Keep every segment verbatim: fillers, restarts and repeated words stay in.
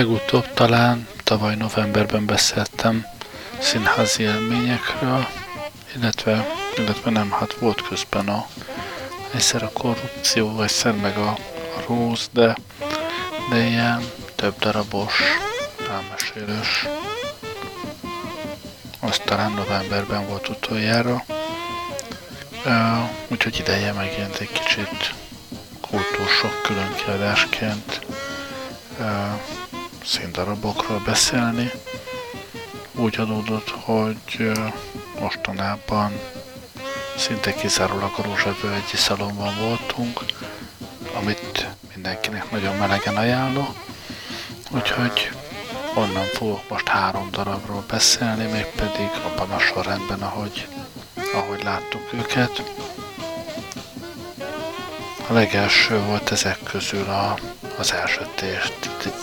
Legutóbb talán tavaly novemberben beszéltem színházi élményekről, illetve, illetve nem, hát volt közben a, egyszer a korrupció, egyszer meg a, a róz, de, de ilyen több darabos, elmesélős. Az talán novemberben volt utoljára, uh, úgyhogy ideje megint egy kicsit kultúrsok különkiadásként uh, színdarabokról beszélni. Úgy adódott, hogy uh, mostanában szinte kizárólag a Rózsavölgyi Szalonban voltunk, amit mindenkinek nagyon melegen ajánlok, úgyhogy onnan fogok most három darabról beszélni, mégpedig abban a sorrendben, ahogy, ahogy láttuk őket. A legelső volt ezek közül a, az Elsötést,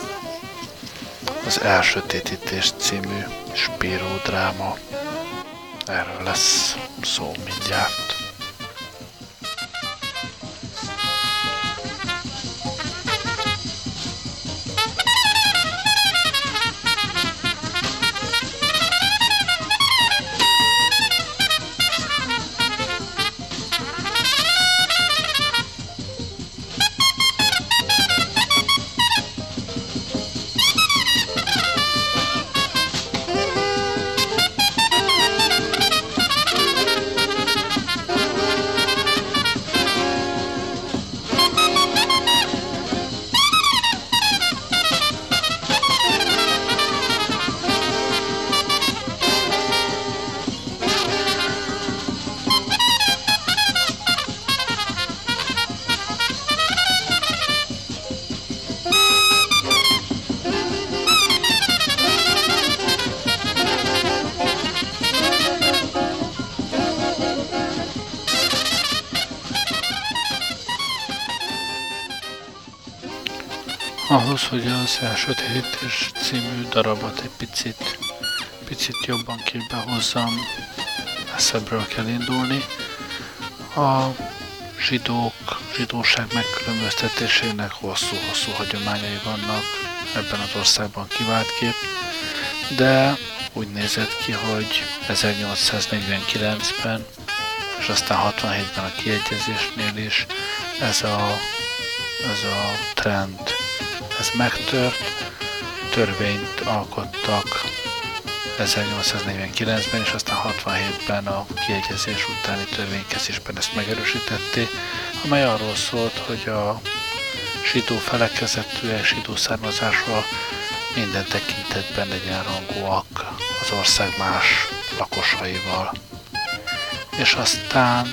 az Elsötétítés című Spiró dráma. Erről lesz szó mindjárt. Ahhoz, hogy az Elsötétítés című darabot egy picit, picit jobban képbe hozzam, messzebbről kell indulni. A zsidók, zsidóság megkülönböztetésének hosszú-hosszú hagyományai vannak ebben az országban kiváltképp, de úgy nézett ki, hogy ezernyolcszáznegyvenkilencben és aztán hatvanhétben a kiegyezésnél is ez a, ez a trend ez megtört, törvényt alkottak ezernyolcszáznegyvenkilencben, és aztán hatvanhétben a kiegyezés utáni törvénykezésben ezt megerősítették, amely arról szólt, hogy a zsidó felekezetűek, zsidó származásúak minden tekintetben egyenrangúak az ország más lakosaival. És aztán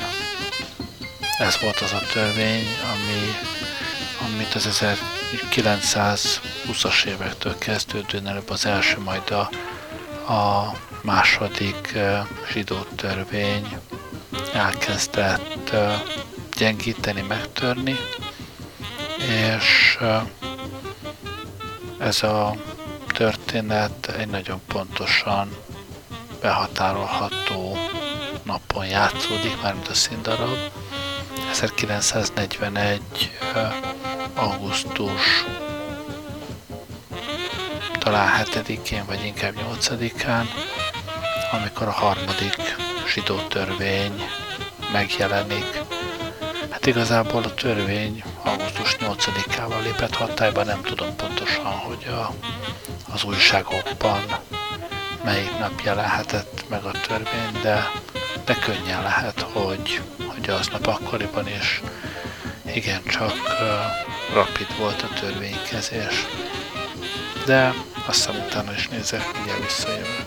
ez volt az a törvény, ami, amit az ezerkilencszázhúszas évektől kezdődően előbb az első, majd a, a második uh, zsidó törvény elkezdett uh, gyengíteni, megtörni, és uh, ez a történet egy nagyon pontosan behatárolható napon játszódik, mármint a színdarab. ezerkilencszáznegyvenegy. Uh, augusztus talán hetedikén, vagy inkább nyolcadikán, amikor a harmadik zsidó törvény megjelenik. Hát igazából a törvény augusztus nyolcadikával lépett hatályba, nem tudom pontosan, hogy a, az újságokban melyik nap jelenhetett meg a törvény, de, de könnyen lehet, hogy, hogy aznap akkoriban is igencsak uh, rapid volt a törvénykezés. De azt hiszem utána is nézek, mindjárt visszajövök.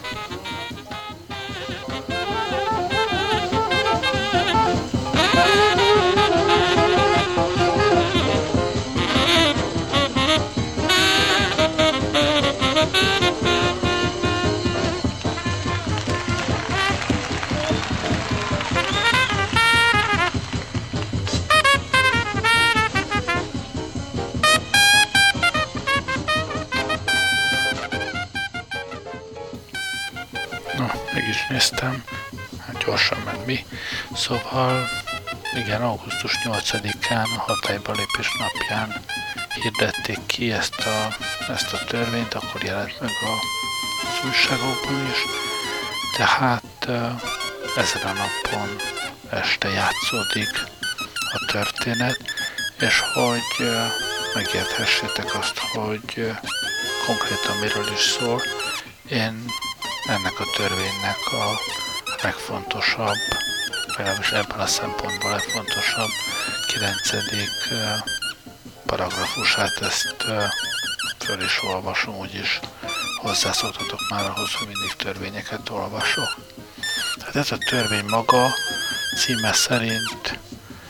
Néztem, hát gyorsan meg mi. Szóval, igen, augusztus nyolcadikán, a hatályba lépés napján hirdették ki ezt a, ezt a törvényt, akkor jelent meg a, az újságokban is. Tehát ezen a napon este játszódik a történet, és hogy megérthessétek azt, hogy konkrétan miről is szól, én ennek a törvénynek a legfontosabb, legalábbis ebben a szempontból legfontosabb kilencedik paragrafusát, ezt föl is olvasom, úgyis hozzászóltatok már ahhoz, hogy mindig törvényeket olvasok. Tehát ez a törvény maga címe szerint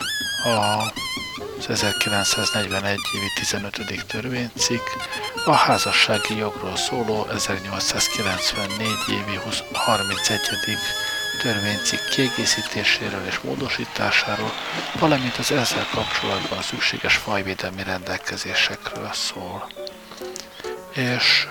az ezerkilencszáznegyvenegy évi tizenötödik törvénycikk, a házassági jogról szóló ezernyolcszázkilencvennégy évi harmincegyedik törvénycikk kiegészítéséről és módosításáról, valamint az ezzel kapcsolatban szükséges fajvédelmi rendelkezésekről szól. És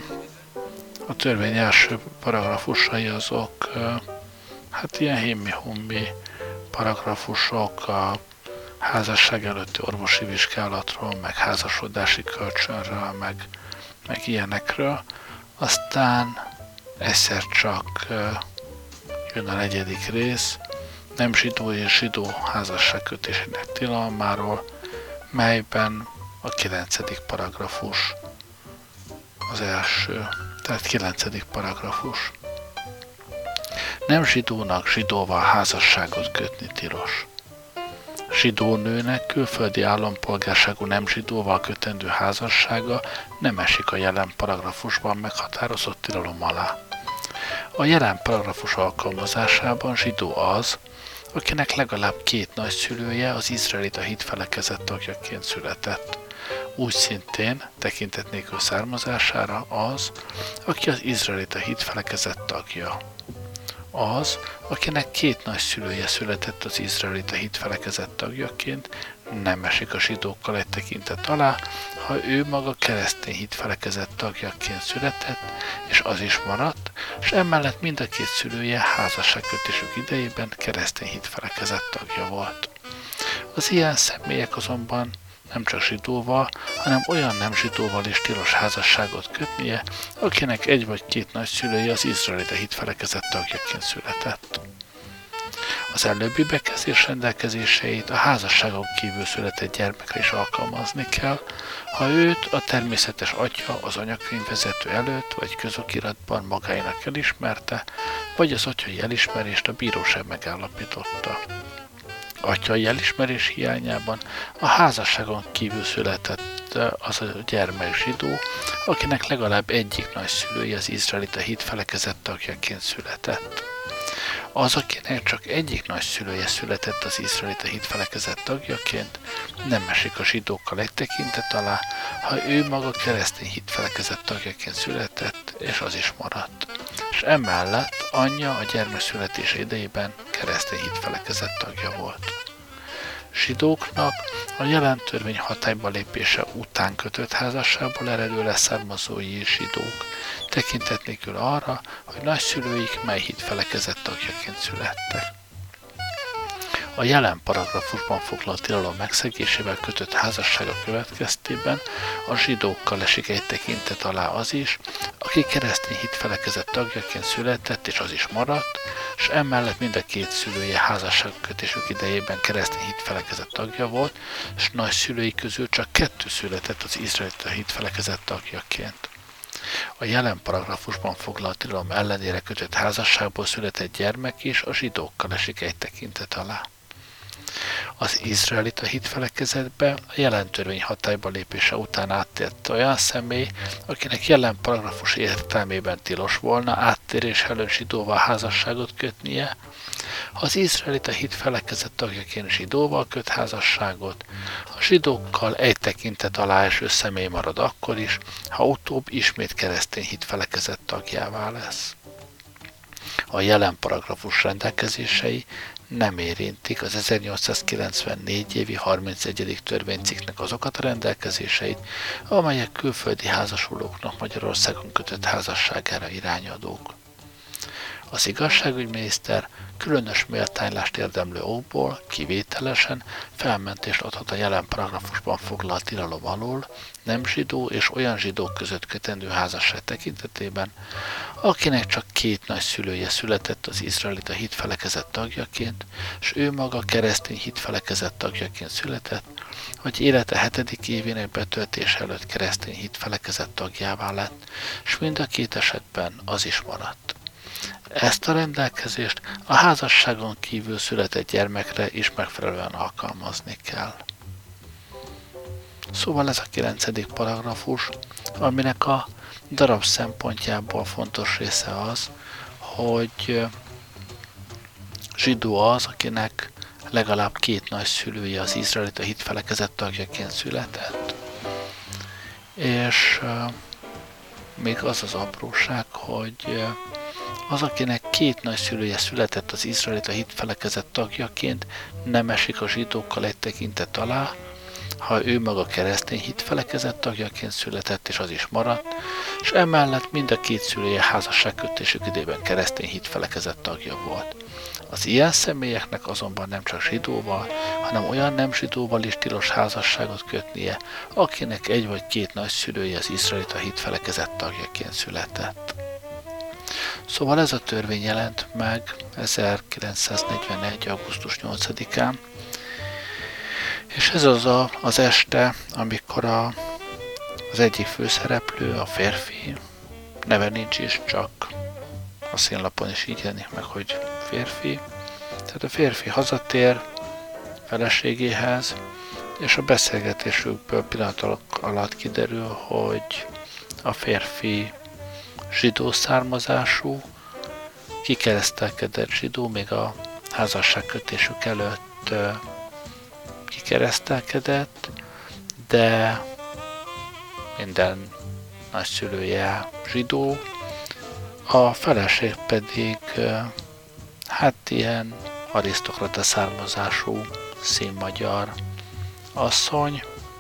a törvény első paragrafusai azok hát ilyen himmi-hummi paragrafusok a házasság előtti orvosi vizsgálatról, meg házasodási kölcsönről, meg, meg ilyenekről. Aztán egyszer csak jön a negyedik rész, nem zsidó és zsidó házasságkötésének tilalmáról, melyben a kilencedik paragrafus az első, tehát kilencedik paragrafus. Nem zsidónak zsidóval házasságot kötni tilos. Zsidó nőnek külföldi állampolgárságú nem zsidóval kötendő házassága nem esik a jelen paragrafusban meghatározott tilalom alá. A jelen paragrafus alkalmazásában zsidó az, akinek legalább két nagyszülője az izraelita hitfelekezet tagjaként született. Úgy szintén tekintet nélkül származására az, aki az izraelita hitfelekezet tagja. Az, akinek két nagyszülője született az izraelita hitfelekezet tagjaként, nem esik a zsidókkal egy tekintet alá, ha ő maga keresztény hitfelekezet tagjaként született, és az is maradt, és emellett mind a két szülője házasságkötésük idejében keresztény hitfelekezet tagja volt. Az ilyen személyek azonban nem csak zsidóval, hanem olyan nem zsidóval is tilos házasságot kötnie, akinek egy vagy két nagyszülője az izraelita hitfelekezet tagjaként született. Az előbbi bekezdés rendelkezéseit a házasságon kívül született gyermekre is alkalmazni kell, ha őt a természetes atya az anyakönyvvezető előtt vagy közokiratban magáénak elismerte, vagy az atyai elismerést a bíróság megállapította. Atyai elismerés hiányában a házasságon kívül született az a gyermek zsidó, akinek legalább egyik nagyszülője az izraelita hitfelekezet tagjaként született. Az, akinek csak egyik nagyszülője született az izraelita hitfelekezet tagjaként, nem esik a zsidókkal egy tekintet alá, ha ő maga keresztény hitfelekezet tagjaként született, és az is maradt. És emellett anyja a gyermek születése idejében keresztény hitfelekezet tagja volt. Zsidóknak a jelen törvény hatályba lépése után kötött házasságból eredő leszármazói zsidók, tekintet nélkül arra, hogy nagyszülőik mely hitfelekezet tagjaként születtek. A jelen paragrafusban foglalt tilalom megszegésével kötött házassága következtében a zsidókkal esik egy tekintet alá az is, aki keresztény hitfelekezet tagjaként született, és az is maradt, és emellett mind a két szülője házasságkötésük idejében keresztény hitfelekezet tagja volt, és nagyszülői közül csak kettő született az izraelita hitfelekezet tagjaként. A jelen paragrafusban foglalt tilalom ellenére kötött házasságból született gyermek is a zsidókkal esik egy tekintet alá. Az izraelita hitfelekezetbe a jelen törvény hatályba lépése után áttért olyan személy, akinek jelen paragrafus értelmében tilos volna áttérés előtt zsidóval házasságot kötnie, ha az izraelita hitfelekezet tagjaként zsidóval köt házasságot, a zsidókkal egy tekintet alá eső személy marad akkor is, ha utóbb ismét keresztény hitfelekezet tagjává lesz. A jelen paragrafus rendelkezései nem érintik az ezernyolcszázkilencvennégy évi harmincegyedik törvénycikknek azokat a rendelkezéseit, amelyek külföldi házasulóknak Magyarországon kötött házasságára irányadók. Az igazságügyminiszter különös méltánylást érdemlő okból kivételesen felmentést adhat a jelen paragrafusban foglalt tilalom alól nem zsidó és olyan zsidók között kötendő házasság tekintetében, akinek csak két nagyszülője született az izraelita hitfelekezet tagjaként, s ő maga keresztény hitfelekezet tagjaként született, hogy élete hetedik évének betöltése előtt keresztény hitfelekezet tagjává lett, s mind a két esetben az is maradt. Ezt a rendelkezést a házasságon kívül született gyermekre is megfelelően alkalmazni kell. Szóval ez a kilencedik paragrafus, aminek a darab szempontjából fontos része az, hogy zsidó az, akinek legalább két nagyszülője az izraelita hitfelekezet tagjaként született. És uh, még az az apróság, hogy uh, az, akinek két nagyszülője született az izraelita hitfelekezet tagjaként, nem esik a zsidókkal egy tekintet alá, ha ő maga keresztény hitfelekezet tagjaként született, és az is maradt, és emellett mind a két szülője házasságkötésük idejében keresztény hitfelekezet tagja volt. Az ilyen személyeknek azonban nem csak zsidóval, hanem olyan nem zsidóval is tilos házasságot kötnie, akinek egy vagy két nagyszülője az izraelita hitfelekezet tagjaként született. Szóval ez a törvény jelent meg ezerkilencszáznegyvenegy. augusztus nyolcadikán, és ez az a, az este, amikor a, az egyik főszereplő, a férfi, neve nincs is, csak a színlapon is így jelenik meg, hogy férfi. Tehát a férfi hazatér feleségéhez, és a beszélgetésükből pillanatok alatt kiderül, hogy a férfi zsidó származású, kikeresztelkedett zsidó, még a házasságkötésük előtt kikeresztelkedett, de minden nagyszülője zsidó, a feleség pedig hát ilyen arisztokrata származású színmagyar asszony,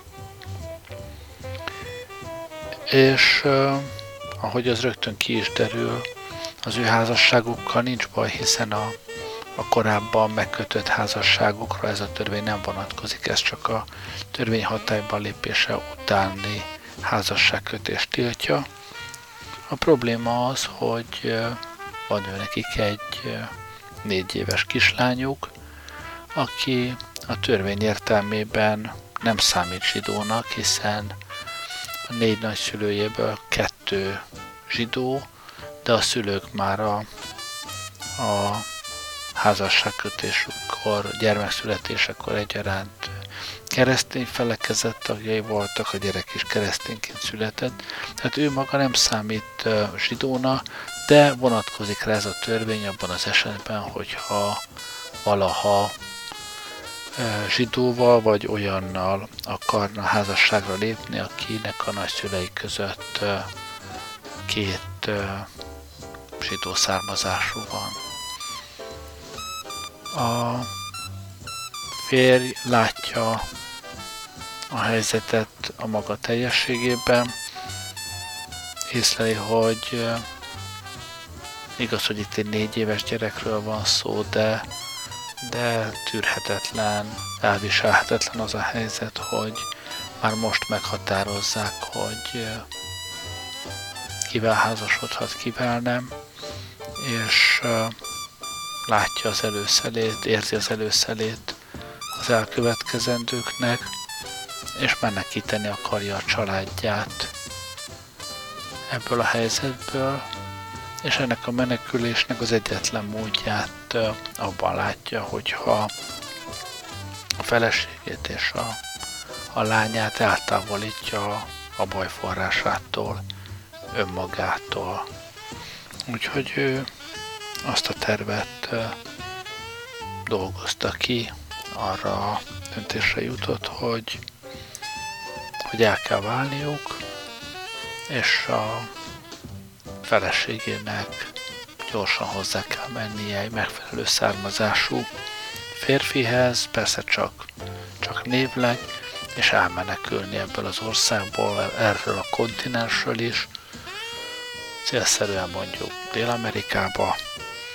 és ahogy az rögtön ki is derül, az ő házasságukkal nincs baj, hiszen a, a korábban megkötött házasságukra ez a törvény nem vonatkozik, ez csak a törvény hatályban lépése utáni házasságkötést tiltja. A probléma az, hogy van ő nekik egy négy éves kislányuk, aki a törvény értelmében nem számít zsidónak, hiszen a négy nagyszülőjéből kettő zsidó, de a szülők már a, a házasságkötésükkor, gyermekszületésekor egyaránt keresztény felekezet tagjai voltak, a gyerek is keresztényként született, tehát ő maga nem számít uh, zsidóna, de vonatkozik rá ez a törvény abban az esetben, hogyha valaha uh, zsidóval vagy olyannal akarna házasságra lépni, akinek a nagyszülei között uh, két uh, zsidó származású van. A férj látja a helyzetet a maga teljességében, észleli, hogy uh, igaz, hogy itt egy négy éves gyerekről van szó, de, de tűrhetetlen, elviselhetetlen az a helyzet, hogy már most meghatározzák, hogy uh, kivel házasodhat, kivel nem, és uh, látja az előszelét, érzi az előszelét az elkövetkezendőknek, és menekíteni akarja a családját ebből a helyzetből, és ennek a menekülésnek az egyetlen módját abban látja, hogyha a feleségét és a, a lányát eltávolítja a baj forrásától, önmagától. Úgyhogy ő azt a tervet dolgozta ki, arra döntésre jutott, hogy, hogy el kell válniuk, és a feleségének gyorsan hozzá kell mennie egy megfelelő származású férfihez, persze csak, csak névleg, és elmenekülni ebből az országból, erről a kontinensről is, célszerűen mondjuk Dél-Amerikába,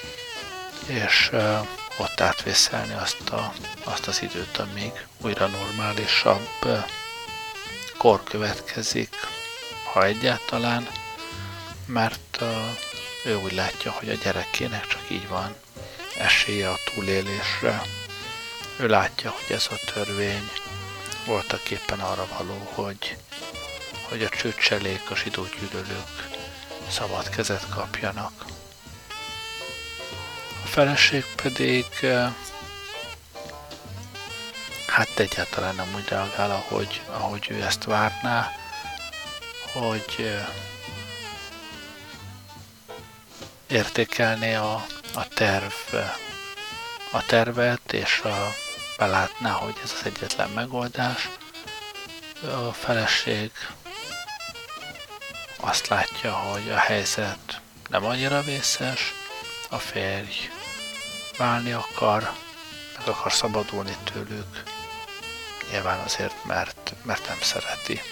és uh, ott átvészelni azt, a, azt az időt, amíg újra normálisabb uh, kor következik, ha egyáltalán, mert uh, ő úgy látja, hogy a gyerekének csak így van esélye a túlélésre. Ő látja, hogy ez a törvény voltak éppen arra való, hogy, hogy a csőcselék, a zsidó gyűlölők szabad kezet kapjanak. A feleség pedig hát egyáltalán nem úgy reagál, ahogy, ahogy ő ezt várná, hogy értékelné a, a terv, a tervet, és a, belátná, hogy ez az egyetlen megoldás. A feleség azt látja, hogy a helyzet nem annyira vészes, a férj válni akar, meg akar szabadulni tőlük, nyilván azért, mert, mert nem szereti.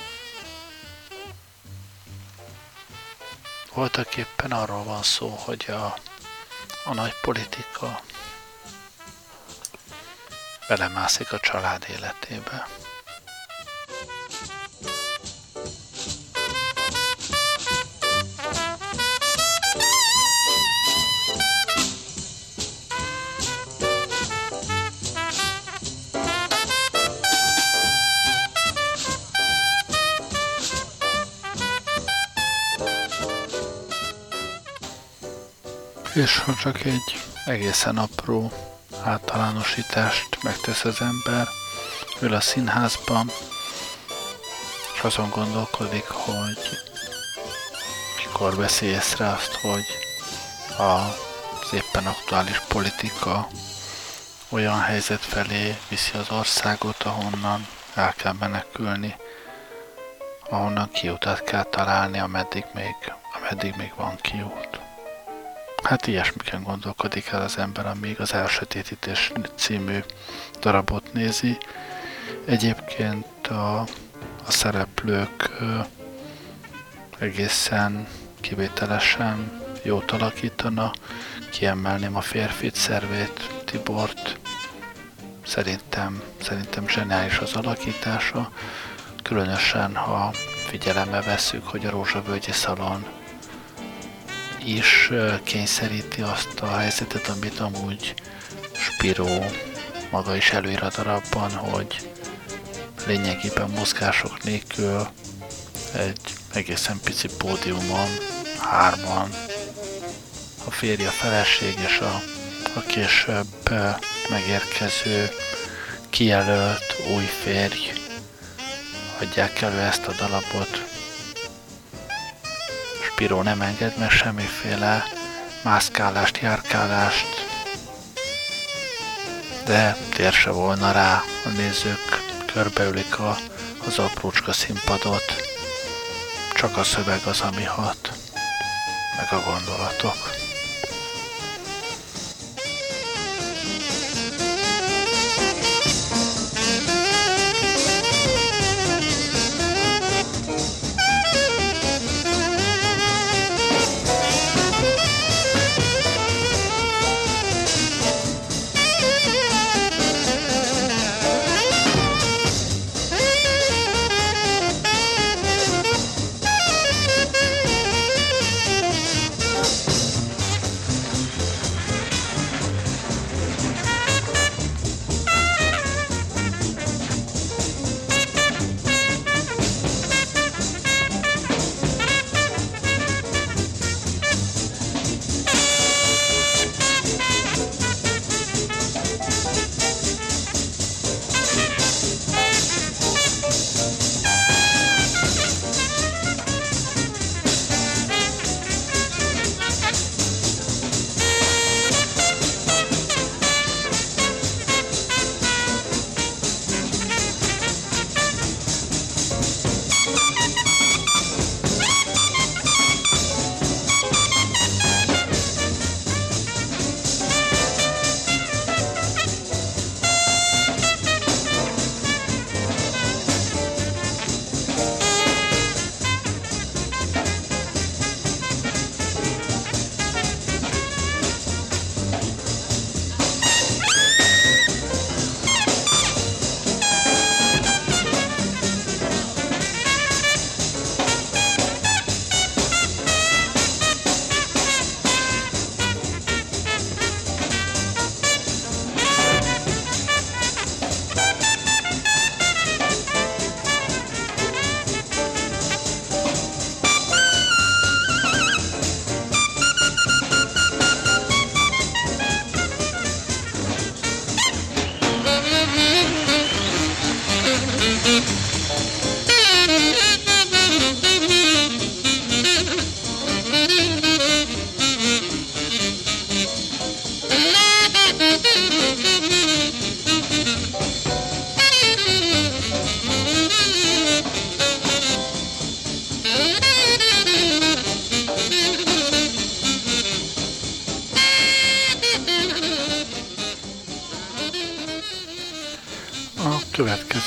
Voltak éppen arról van szó, hogy a, a nagy politika belemászik a család életébe. És ha csak egy egészen apró általánosítást megtesz az ember, ül a színházban, és azon gondolkodik, hogy mikor veszi észre azt, hogy az éppen aktuális politika olyan helyzet felé viszi az országot, ahonnan el kell menekülni, ahonnan kiutat kell találni, ameddig még, ameddig még van kiút. Hát ilyesmiken gondolkodik el az ember, amíg az Elsötétítés című darabot nézi. Egyébként a, a szereplők ö, egészen kivételesen jót alakítana. Kiemelném a férfit, Szervét Tibort. Szerintem, szerintem zseniális az alakítása. Különösen, ha figyelembe vesszük, hogy a Rózsavölgyi Szalon is kényszeríti azt a helyzetet, amit amúgy Spiró maga is előír a darabban, hogy lényegében mozgások nélkül egy egészen pici pódiumon hárman, a férj, a feleség és a, a később megérkező kijelölt új férj adják elő ezt a darabot. Spiró nem enged meg semmiféle mászkálást, járkálást, de tér se volna rá, a nézők körbeülik a, az aprócska színpadot, csak a szöveg az, ami hat, meg a gondolatok.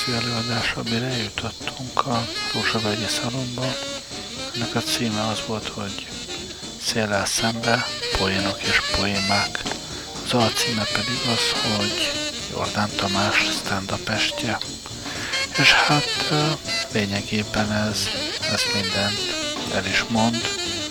következő előadásra, amire eljutottunk a Rózsavölgyi Szalonba. Ennek a címe az volt, hogy Széllel szembe, poénok és poémák. Az alcíme pedig az, hogy Jordán Tamás stand-up-estje. És hát lényegében ez, ez mindent el is mond.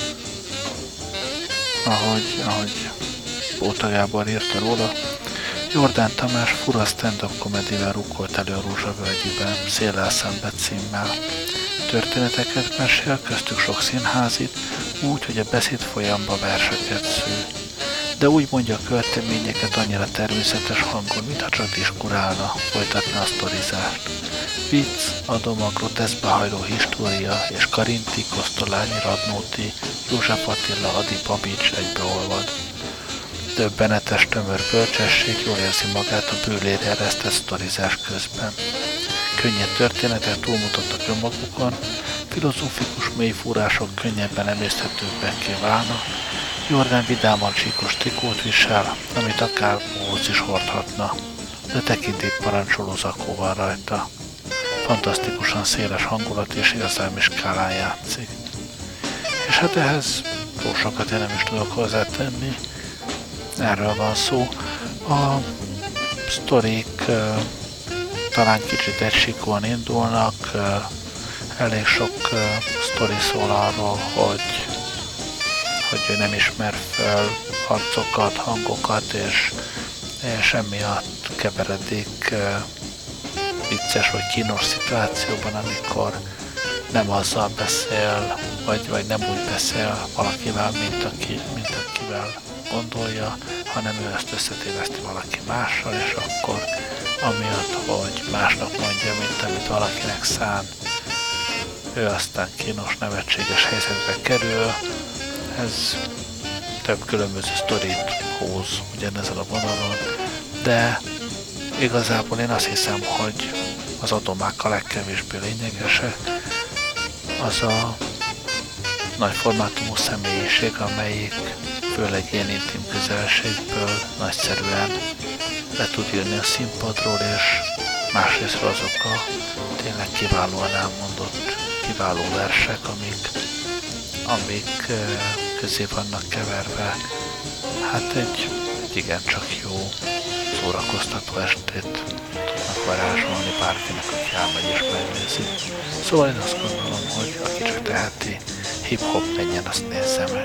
Ahogy, ahogy Bóta Gábor írta róla, Jordán Tamás fura stand-up komedivel rukkolt elő a Rózsavölgyiben, Széllel szembe címmel. Történeteket mesél, köztük sok színházit, úgy, hogy a beszéd folyamba verseket szül. De úgy mondja a költeményeket annyira természetes hangon, mintha csak diskurálna, folytatna a sztorizást. Vicc, adom a groteszkbe hajló história, és Karinti, Kosztolányi, Radnóti, József Attila, Adi Pabics egybeolvad. Döbbenetes tömör bölcsesség jól érzi magát a bőlére eresztett sztorizás közben. Könnyed történetek túlmutatnak önmagukon, filozófikus mélyfúrások könnyebben emészthetőbbekké válnak, Jordán vidáman csíkos trikót visel, amit akár móc is hordhatna, de tekintét parancsoló zakó van rajta. Fantasztikusan széles hangulat és érzelmi skálán játszik. És hát ehhez túl sokat én nem is tudok hozzátenni. Erről van szó. A sztorik uh, talán kicsit egysíkúan indulnak, uh, elég sok uh, sztori szól arról, hogy, hogy ő nem ismer fel arcokat, hangokat, és, és emiatt keveredik uh, vicces vagy kínos szituációban, amikor nem azzal beszél, vagy, vagy nem úgy beszél valakivel, mint, aki, mint akivel gondolja, hanem ő ezt összetéveszti valaki mással, és akkor amiatt, hogy másnak mondja, mint amit valakinek szán, ő aztán kínos, nevetséges helyzetbe kerül. Ez több különböző sztorit húz ugyanezen a vonalon, de igazából én azt hiszem, hogy az atomák a legkevésbé lényegesek. Az a nagy formátumú személyiség, amelyik főleg ilyen intim közelségből nagyszerűen le tud jönni a színpadról, és másrésztről azok a tényleg kiválóan elmondott, kiváló versek, amik, amik közé vannak keverve. Hát egy, egy igencsak jó szórakoztató estét tudnak varázsolni bárkinek, aki elmegy és megnézi. Szóval én azt gondolom, hogy aki csak teheti, hip-hop menjen, azt nézze meg.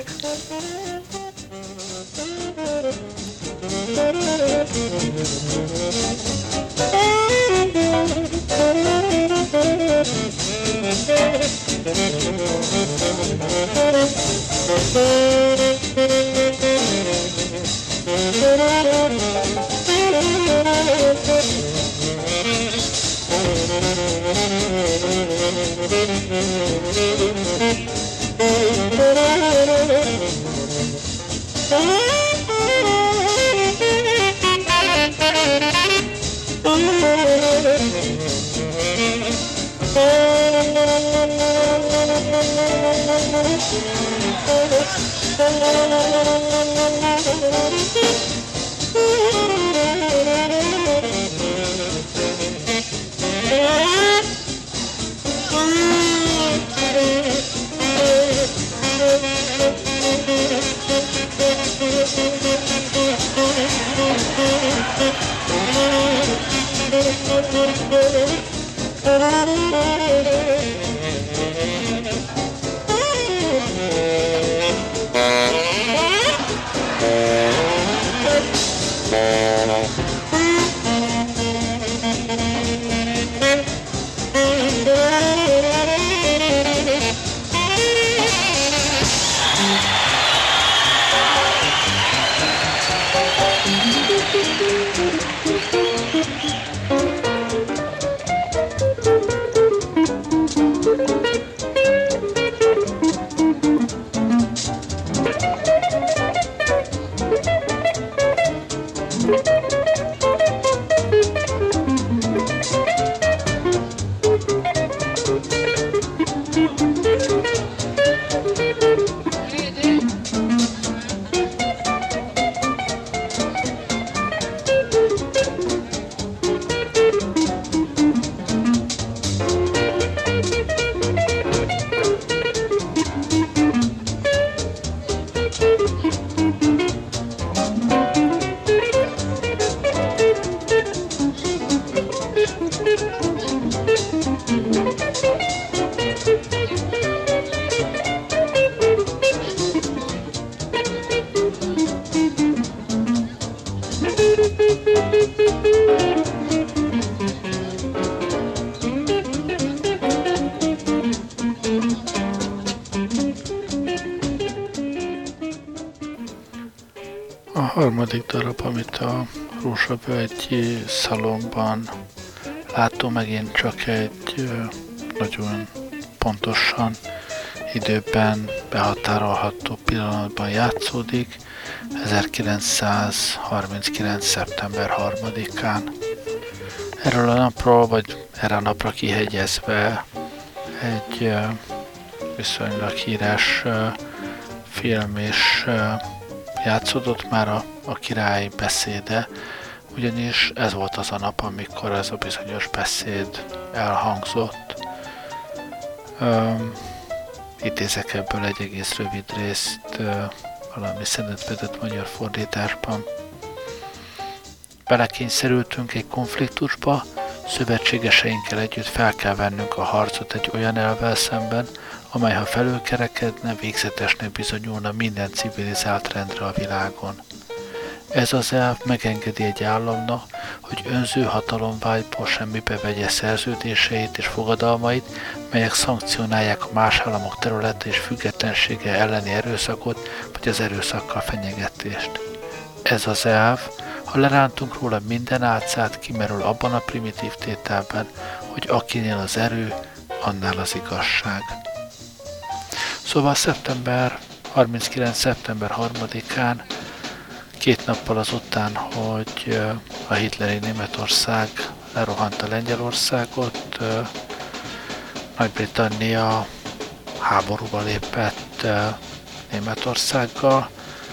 harmadik darab, amit a Rózsavölgyi Szalonban látom, megint csak egy nagyon pontosan időben behatárolható pillanatban játszódik, ezerkilencszázharminckilenc. szeptember harmadikán. Erről a napról, vagy erre a napra kihegyezve egy viszonylag híres film is játszódott már, a, a király beszéde, ugyanis ez volt az a nap, amikor ez a bizonyos beszéd elhangzott. Um, idézek ebből egy egész rövid részt uh, valami szedetvedett magyar fordításban. Belekényszerültünk egy konfliktusba, szövetségeseinkkel együtt fel kell vennünk a harcot egy olyan elvvel szemben, amely ha felülkerekedne, végzetesnek bizonyulna minden civilizált rendre a világon. Ez az elv megengedi egy államnak, hogy önző hatalomvágyból semmibe vegye szerződéseit és fogadalmait, melyek szankcionálják a más államok területe és függetlensége elleni erőszakot, vagy az erőszakkal fenyegetést. Ez az elv, ha lerántunk róla minden álcát, kimerül abban a primitív tételben, hogy akinél az erő, annál az igazság. Szóval szeptember harminckilenc. szeptember harmadikán, két nappal azután, hogy a hitleri Németország lerohanta Lengyelországot, Nagy-Britannia háborúba lépett Németországgal,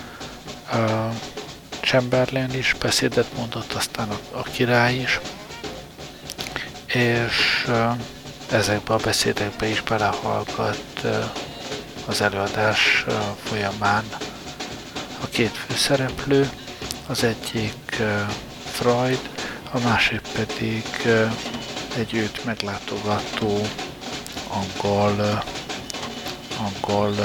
Chamberlain is beszédet mondott, aztán a, a király is, és ezekbe a beszédekbe is belehallgat az előadás folyamán a két főszereplő, az egyik Freud, a másik pedig egy őt meglátogató angol, angol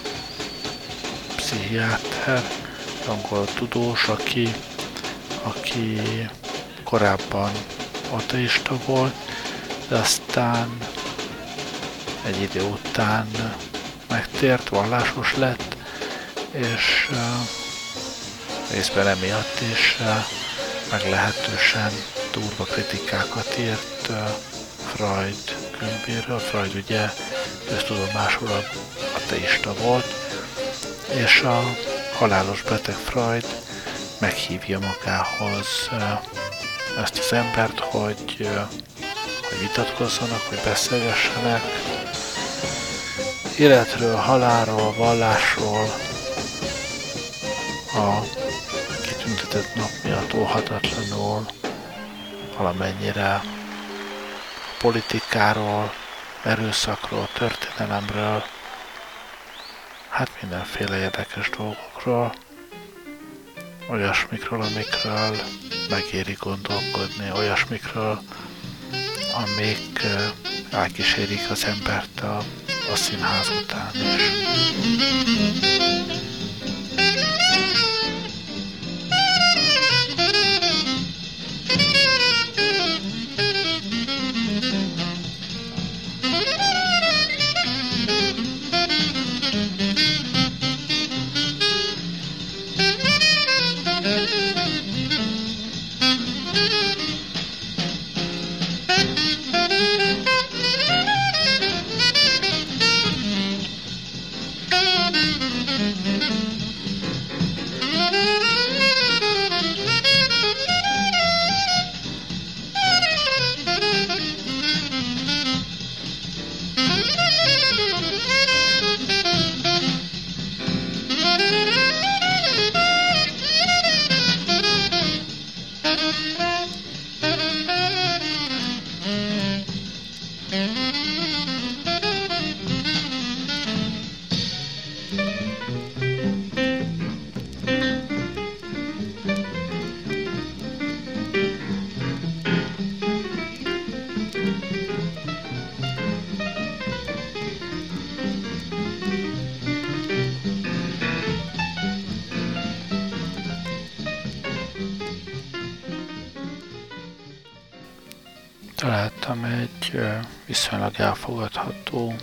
pszichiáter, angol tudós, aki, aki korábban ateista volt, de aztán egy idő után megtért, vallásos lett, és uh, részben emiatt is uh, meglehetősen durva kritikákat írt uh, Freud könyvéről. Freud ugye köztudomásul ateista volt, és a halálos beteg Freud meghívja magához uh, ezt az embert, hogy, uh, hogy vitatkozzanak, hogy beszélgessenek életről, halálról, vallásról, a kitüntetett nap miatt óhatatlanul, valamennyire politikáról, erőszakról, történelemről, hát mindenféle érdekes dolgokról, olyasmikről, amikről megéri gondolkodni, olyasmikről, amik elkísérik az embert a, a színház után is. Találtam egy viszonylag elfogadható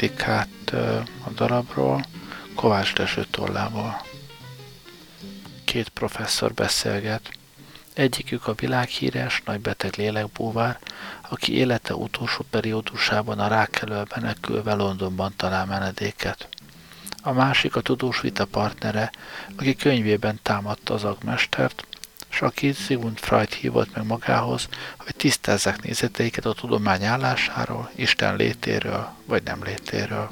kritikát a darabról, Kovács Dezső tollából. Két professzor beszélget. Egyikük a világhíres, nagybeteg lélekbúvár, aki élete utolsó periódusában a rák elől menekülve Londonban talál menedéket. A másik a tudós vita partnere, aki könyvében támadta az agmestert, és akit Sigmund Freud hívott meg magához, hogy tisztázzák nézeteiket a tudomány állásáról, Isten létéről vagy nem létéről.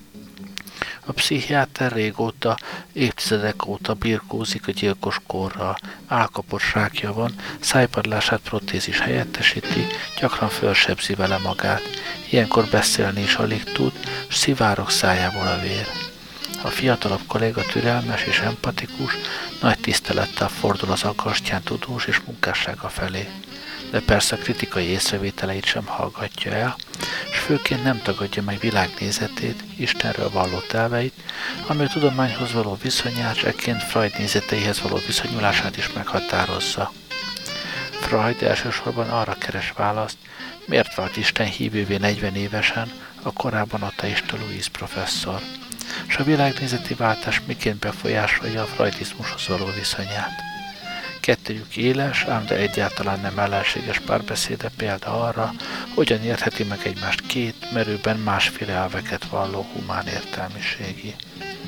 A pszichiáter régóta, évtizedek óta birkózik a gyilkos korral, álkapott rákja van, szájpadlását protézis helyettesíti, gyakran fölsebzi vele magát. Ilyenkor beszélni is alig tud, s szivárog szájából a vér. A fiatalabb kolléga türelmes és empatikus, nagy tisztelettel fordul az akasztján tudós és munkássága felé. De persze a kritikai észrevételeit sem hallgatja el, és főként nem tagadja meg világnézetét, Istenről vallott elveit, ami a tudományhoz való viszonyát, s ekként Freud nézeteihez való viszonyulását is meghatározza. Freud elsősorban arra keres választ, miért vált Isten hívővé negyven évesen, a korábban ateista Louis professzor, és a világnézeti váltás miként befolyásolja a freudizmushoz való viszonyát. Kettőjük éles, ám de egyáltalán nem ellenséges párbeszéde példa arra, hogyan értheti meg egymást két merőben másféle elveket valló humán értelmiségi.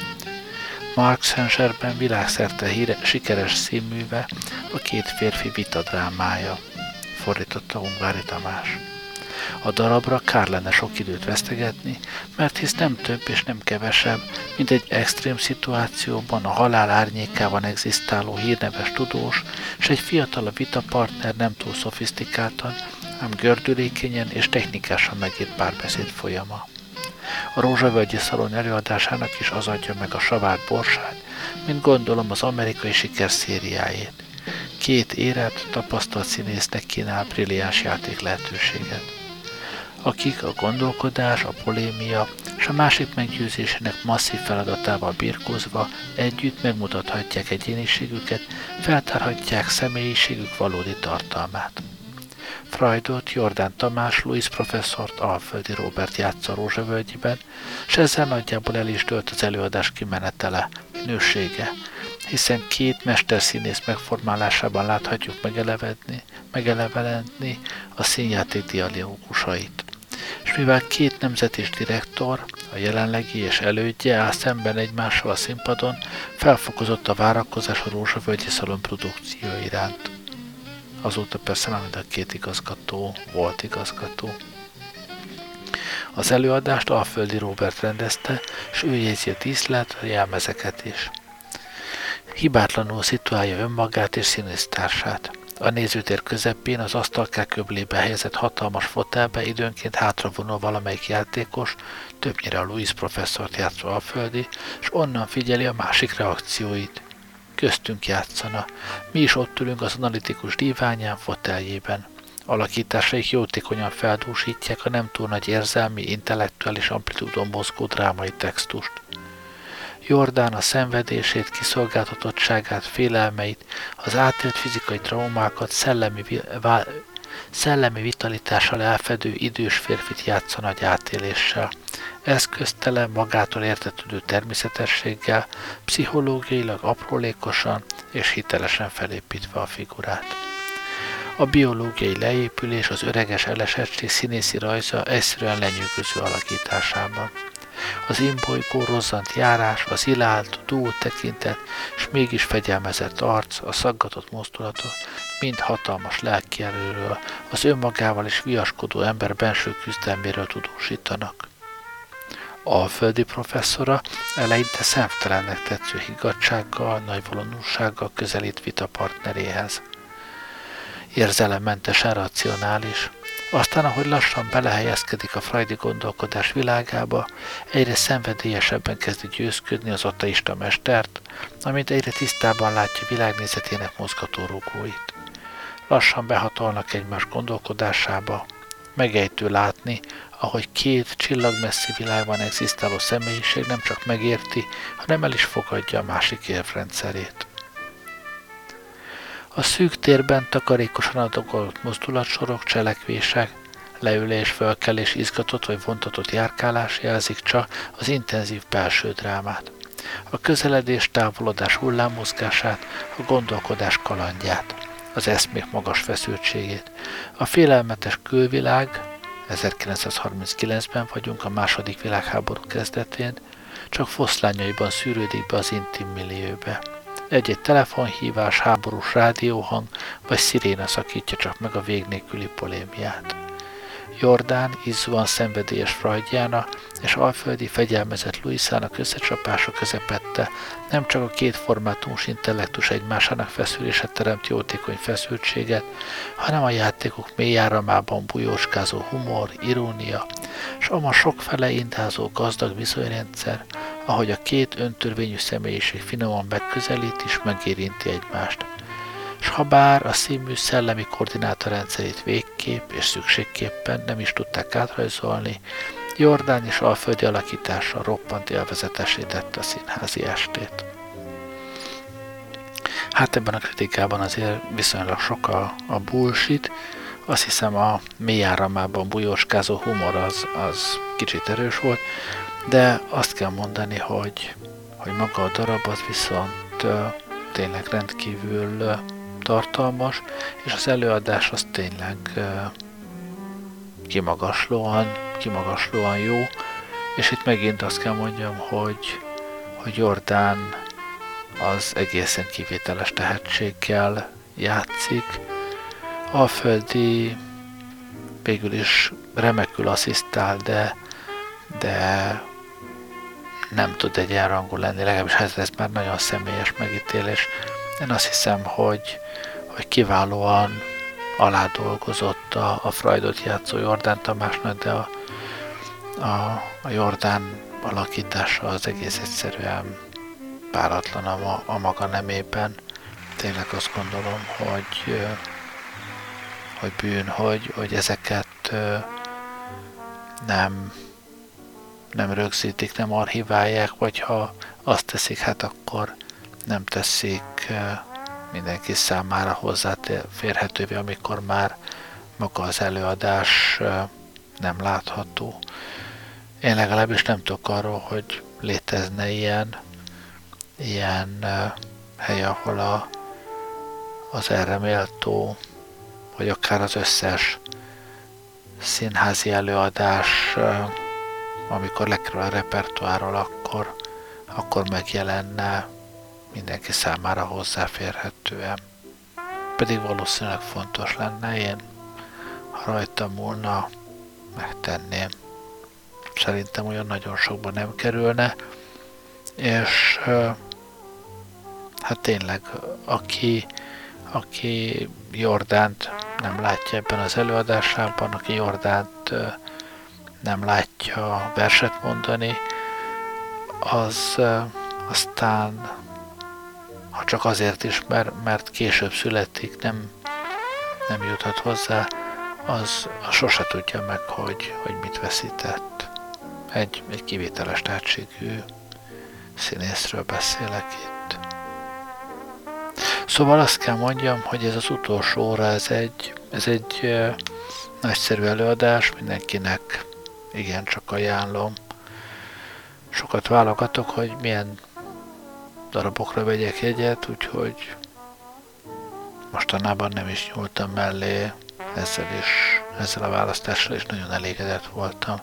Mark Senserben világszerte híre, sikeres színműve a Két férfi vitadrámája, fordította Ungvári Tamás. A darabra kár lenne sok időt vesztegetni, mert hisz nem több és nem kevesebb, mint egy extrém szituációban a halál árnyékában egzisztáló hírneves tudós és egy fiatalabb vitapartner nem túl szofisztikáltan, ám gördülékenyen és technikásan megírt párbeszéd folyama. A Rózsavölgyi Szalon előadásának is az adja meg a savát borsát, mint gondolom az amerikai sikerszériájét. Két érett, tapasztalt színésznek kínál brilliáns játék lehetőséget, akik a gondolkodás, a polémia és a másik meggyőzésének masszív feladatával birkózva együtt megmutathatják egyéniségüket, feltárhatják személyiségük valódi tartalmát. Freudot Jordán Tamás, Louis professzort Alföldi Róbert játsza Rózsavölgyiben, és ezzel nagyjából el is dőlt az előadás kimenetele, minősége, hiszen két mesterszínész megformálásában láthatjuk megelevedni, megelevenedni a színjáték dialógusait. És mivel két nemzetis direktor, a jelenlegi és elődje áll szemben egymással a színpadon, felfokozott a várakozás a Rózsavölgyi Szalon produkció iránt. Azóta persze már mind a két igazgató volt igazgató. Az előadást Alföldi Róbert rendezte, és ő jegyzi a díszlet, a jelmezeket is. Hibátlanul szituálja önmagát és színésztársát. A nézőtér közepén az asztalkák köblébe helyezett hatalmas fotelbe időnként hátravonul valamelyik játékos, többnyire a Louis professzort játszó Alföldi, és onnan figyeli a másik reakcióit. Köztünk játszana. Mi is ott ülünk az analitikus díványán, foteljében. Alakításaik jótékonyan feldúsítják a nem túl nagy érzelmi, intellektuális amplitúdon mozgó drámai textust. Jordán a szenvedését, kiszolgáltatottságát, félelmeit, az átélt fizikai traumákat szellemi, vá, szellemi vitalitással elfedő idős férfit játsza nagy átéléssel. Eszköztelen, magától értetődő természetességgel, pszichológiailag aprólékosan és hitelesen felépítve a figurát. A biológiai leépülés az öreges elesettség színészi rajza egyszerűen lenyűgöző alakításában. Az imbolygó rozzant járás, az ilált, dúlt tekintet, és mégis fegyelmezett arc, a szaggatott mozdulatok mind hatalmas lelkierőről, az önmagával is viaskodó ember benső küzdelméről tudósítanak. Alföldi professzora eleinte szemtelennek tetsző higgadtsággal, nagy valónúsággal közelít vitapartneréhez. Érzelemmentesen racionális. Aztán, ahogy lassan belehelyezkedik a freudi gondolkodás világába, egyre szenvedélyesebben kezdi győzködni az ateista mestert, amint egyre tisztában látja világnézetének mozgatórugóit. Lassan behatolnak egymás gondolkodásába, megejtő látni, ahogy két csillagmesszi világban egzisztáló személyiség nem csak megérti, hanem el is fogadja a másik érvrendszerét. A szűk térben takarékosan adogolt mozdulatsorok, cselekvések, leülés, fölkelés, izgatott vagy vontatott járkálás jelzik csak az intenzív belső drámát. a közeledés, távolodás hullámmozgását, a gondolkodás kalandját, az eszmék magas feszültségét. A félelmetes külvilág, ezerkilencszázharminckilencben vagyunk, a második világháború kezdetén, csak foszlányaiban szűrődik be az intim millióbe. Egy-egy telefonhívás, háborús rádióhang vagy sziréna szakítja csak meg a vég nélküli polémiát. Jordán, izzóan szenvedélyes Freudjána és alföldi fegyelmezett Louisának összecsapása közepette nem csak a két formátumos intellektus egymásának feszülése teremt jótékony feszültséget, hanem a játékok mély áramában bujócskázó humor, irónia, s ama sokfele indázó gazdag viszonyrendszer, ahogy a két öntörvényű személyiség finoman megközelít és megérinti egymást. S ha bár a színmű szellemi koordinátorrendszerét végképp és szükségképpen nem is tudták átrajzolni, Jordán és alföldi alakítása roppant élvezetessé tette a színházi estét. Hát ebben a kritikában azért viszonylag sok a, a bullshit, azt hiszem a mély áramában bujóskázó humor az, az kicsit erős volt, de azt kell mondani, hogy, hogy maga a darab az viszont uh, tényleg rendkívül uh, tartalmas, és az előadás az tényleg uh, kimagaslóan, kimagaslóan jó, és itt megint azt kell mondjam, hogy, hogy Jordán az egészen kivételes tehetséggel játszik. Alföldi végül is remekül asszisztál, de, de nem tud egyenrangú lenni, legalábbis ez, ez már nagyon személyes megítélés. Én azt hiszem, hogy, hogy kiválóan aládolgozott a, a Freudot játszó Jordán Tamásnak, de a, a, a Jordán alakítása az egész egyszerűen páratlan a, a maga nemében. Tényleg azt gondolom, hogy, hogy bűn, hogy, hogy ezeket nem, nem rögzítik, nem archiválják, vagy ha azt teszik, hát akkor nem teszik mindenki számára hozzáférhetővé, amikor már maga az előadás nem látható. Én legalábbis nem tudok arról, hogy létezne ilyen, ilyen hely, ahol a, az erre méltó, vagy akár az összes színházi előadás, amikor lekerül a repertoárról, akkor, akkor megjelenne mindenki számára hozzáférhetően. Pedig valószínűleg fontos lenne, én ha rajta múlna, megtenném. Szerintem olyan nagyon sokban nem kerülne, és hát tényleg, aki, aki Jordánt nem látja ebben az előadásában, aki Jordánt nem látja verset mondani, az aztán, ha csak azért is, mert, mert később születik, nem, nem juthat hozzá, az, az sose tudja meg, hogy, hogy mit veszített. Egy, egy kivételes tehetségű színészről beszélek itt. Szóval azt kell mondjam, hogy ez az utolsó óra, ez egy, ez egy uh, nagyszerű előadás, mindenkinek igencsak ajánlom. Sokat válogatok, hogy milyen darabokra vegyek jegyet, úgyhogy mostanában nem is nyúltam mellé ezzel, is, ezzel a választással, és nagyon elégedett voltam.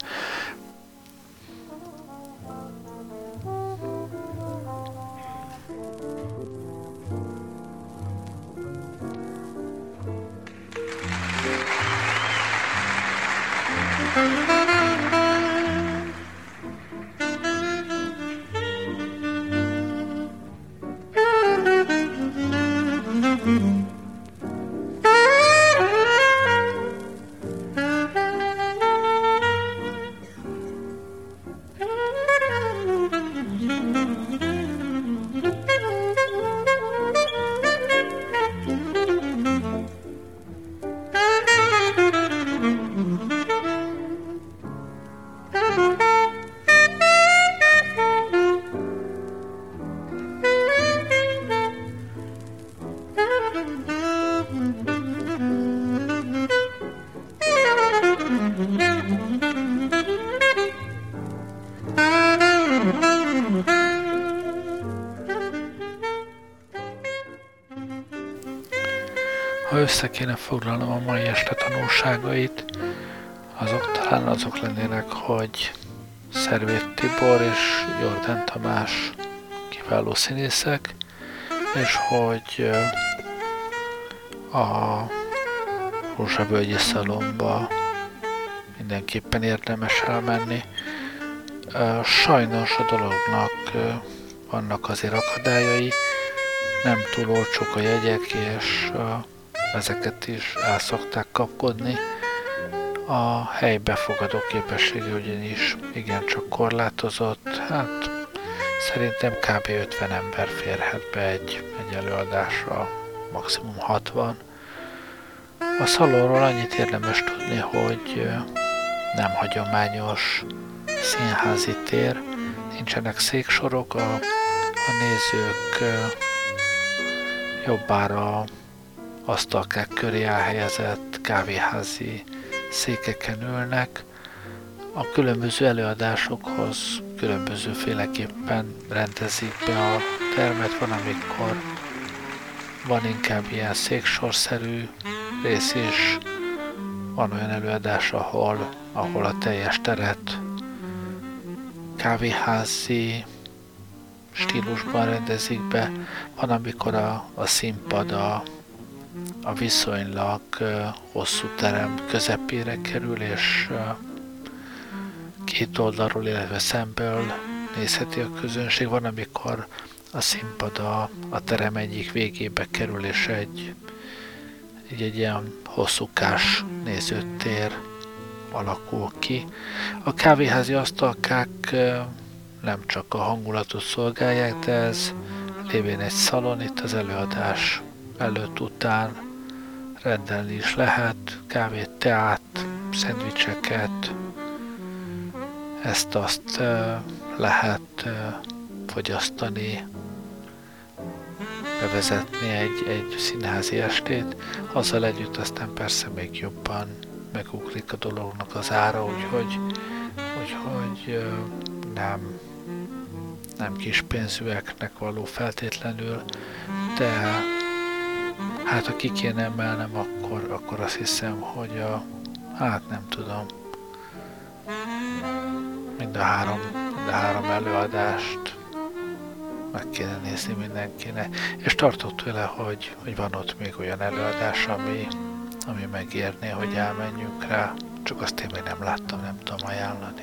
össze kéne foglalnom a mai este tanulságait, azok talán azok lennének, hogy Szervét Tibor és Jordán Tamás kiváló színészek, és hogy a Rózsavölgyi Szalomba mindenképpen érdemes elmenni. Sajnos a dolognak vannak azért akadályai, nem túl olcsók a jegyek, és ezeket is el szokták kapkodni. A hely befogadó képessége ugyanis igencsak korlátozott, hát szerintem kb. ötven ember férhet be egy, egy előadásra, maximum hatvan. A Szalonról annyit érdemes tudni, hogy nem hagyományos színházi tér, nincsenek széksorok, a, a nézők jobbára asztalkák köré elhelyezett kávéházi székeken ülnek. A különböző előadásokhoz különbözőféleképpen rendezik be a termet, van amikor van inkább ilyen széksorszerű rész is, van olyan előadás, ahol, ahol a teljes teret kávéházi stílusban rendezik be, van amikor a, a színpad a, a viszonylag uh, hosszú terem közepére kerül, és uh, két oldalról, illetve szemből nézheti a közönség, van amikor a színpad a, a terem egyik végébe kerül, és egy, egy, egy ilyen hosszúkás nézőtér alakul ki. A kávéházi asztalkák uh, nem csak a hangulatot szolgálják, de ez lévén egy szalon, itt az előadás előtt, után rendelni is lehet kávét, teát, szendvicseket, ezt-azt lehet fogyasztani, bevezetni egy, egy színházi estét, azzal együtt aztán persze még jobban megugrik a dolognak az ára, úgyhogy, úgyhogy nem, nem kis pénzűeknek való feltétlenül, de hát ha ki kéne emelnem, akkor, akkor azt hiszem, hogy a, hát nem tudom, mind a három, mind a három előadást meg kéne nézni mindenkinek, és tartok tőle, hogy, hogy van ott még olyan előadás, ami, ami megérné, hogy elmenjünk rá, csak azt én még nem láttam, nem tudom ajánlani.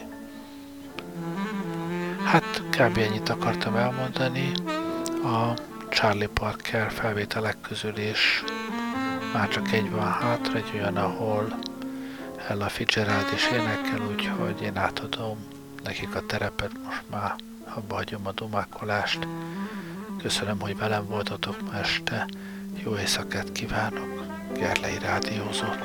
Hát kb. Ennyit akartam elmondani. A Charlie Parker felvételek közül is már csak egy van hátra, egy olyan, ahol Ella Fitzgerald is énekel, úgyhogy én átadom nekik a terepet, most már abba hagyom a dumákolást. Köszönöm, hogy velem voltatok ma este, jó éjszakát kívánok, Gerlei rádiózott.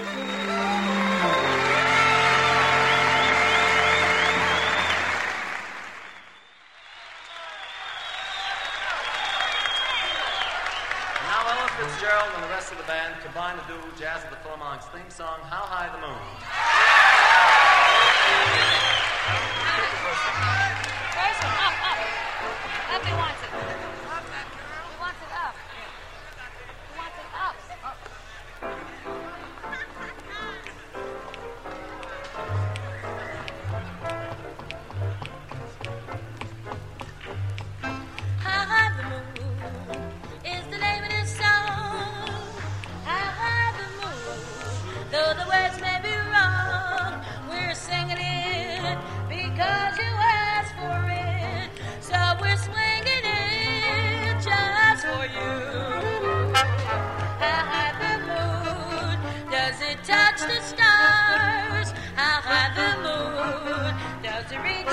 Fitzgerald and the rest of the band combine to do Jazz of the Philharmonic's theme song, How High the Moon. First one, up, up. Up, he wants it. He wants it up. He wants it up. Up. How high the moon is the name of this song. How high the moon, though the words may be wrong, we're singing it because you asked for it. So we're swinging it just for you. How high the moon, does it touch the stars? How high the moon, does it reach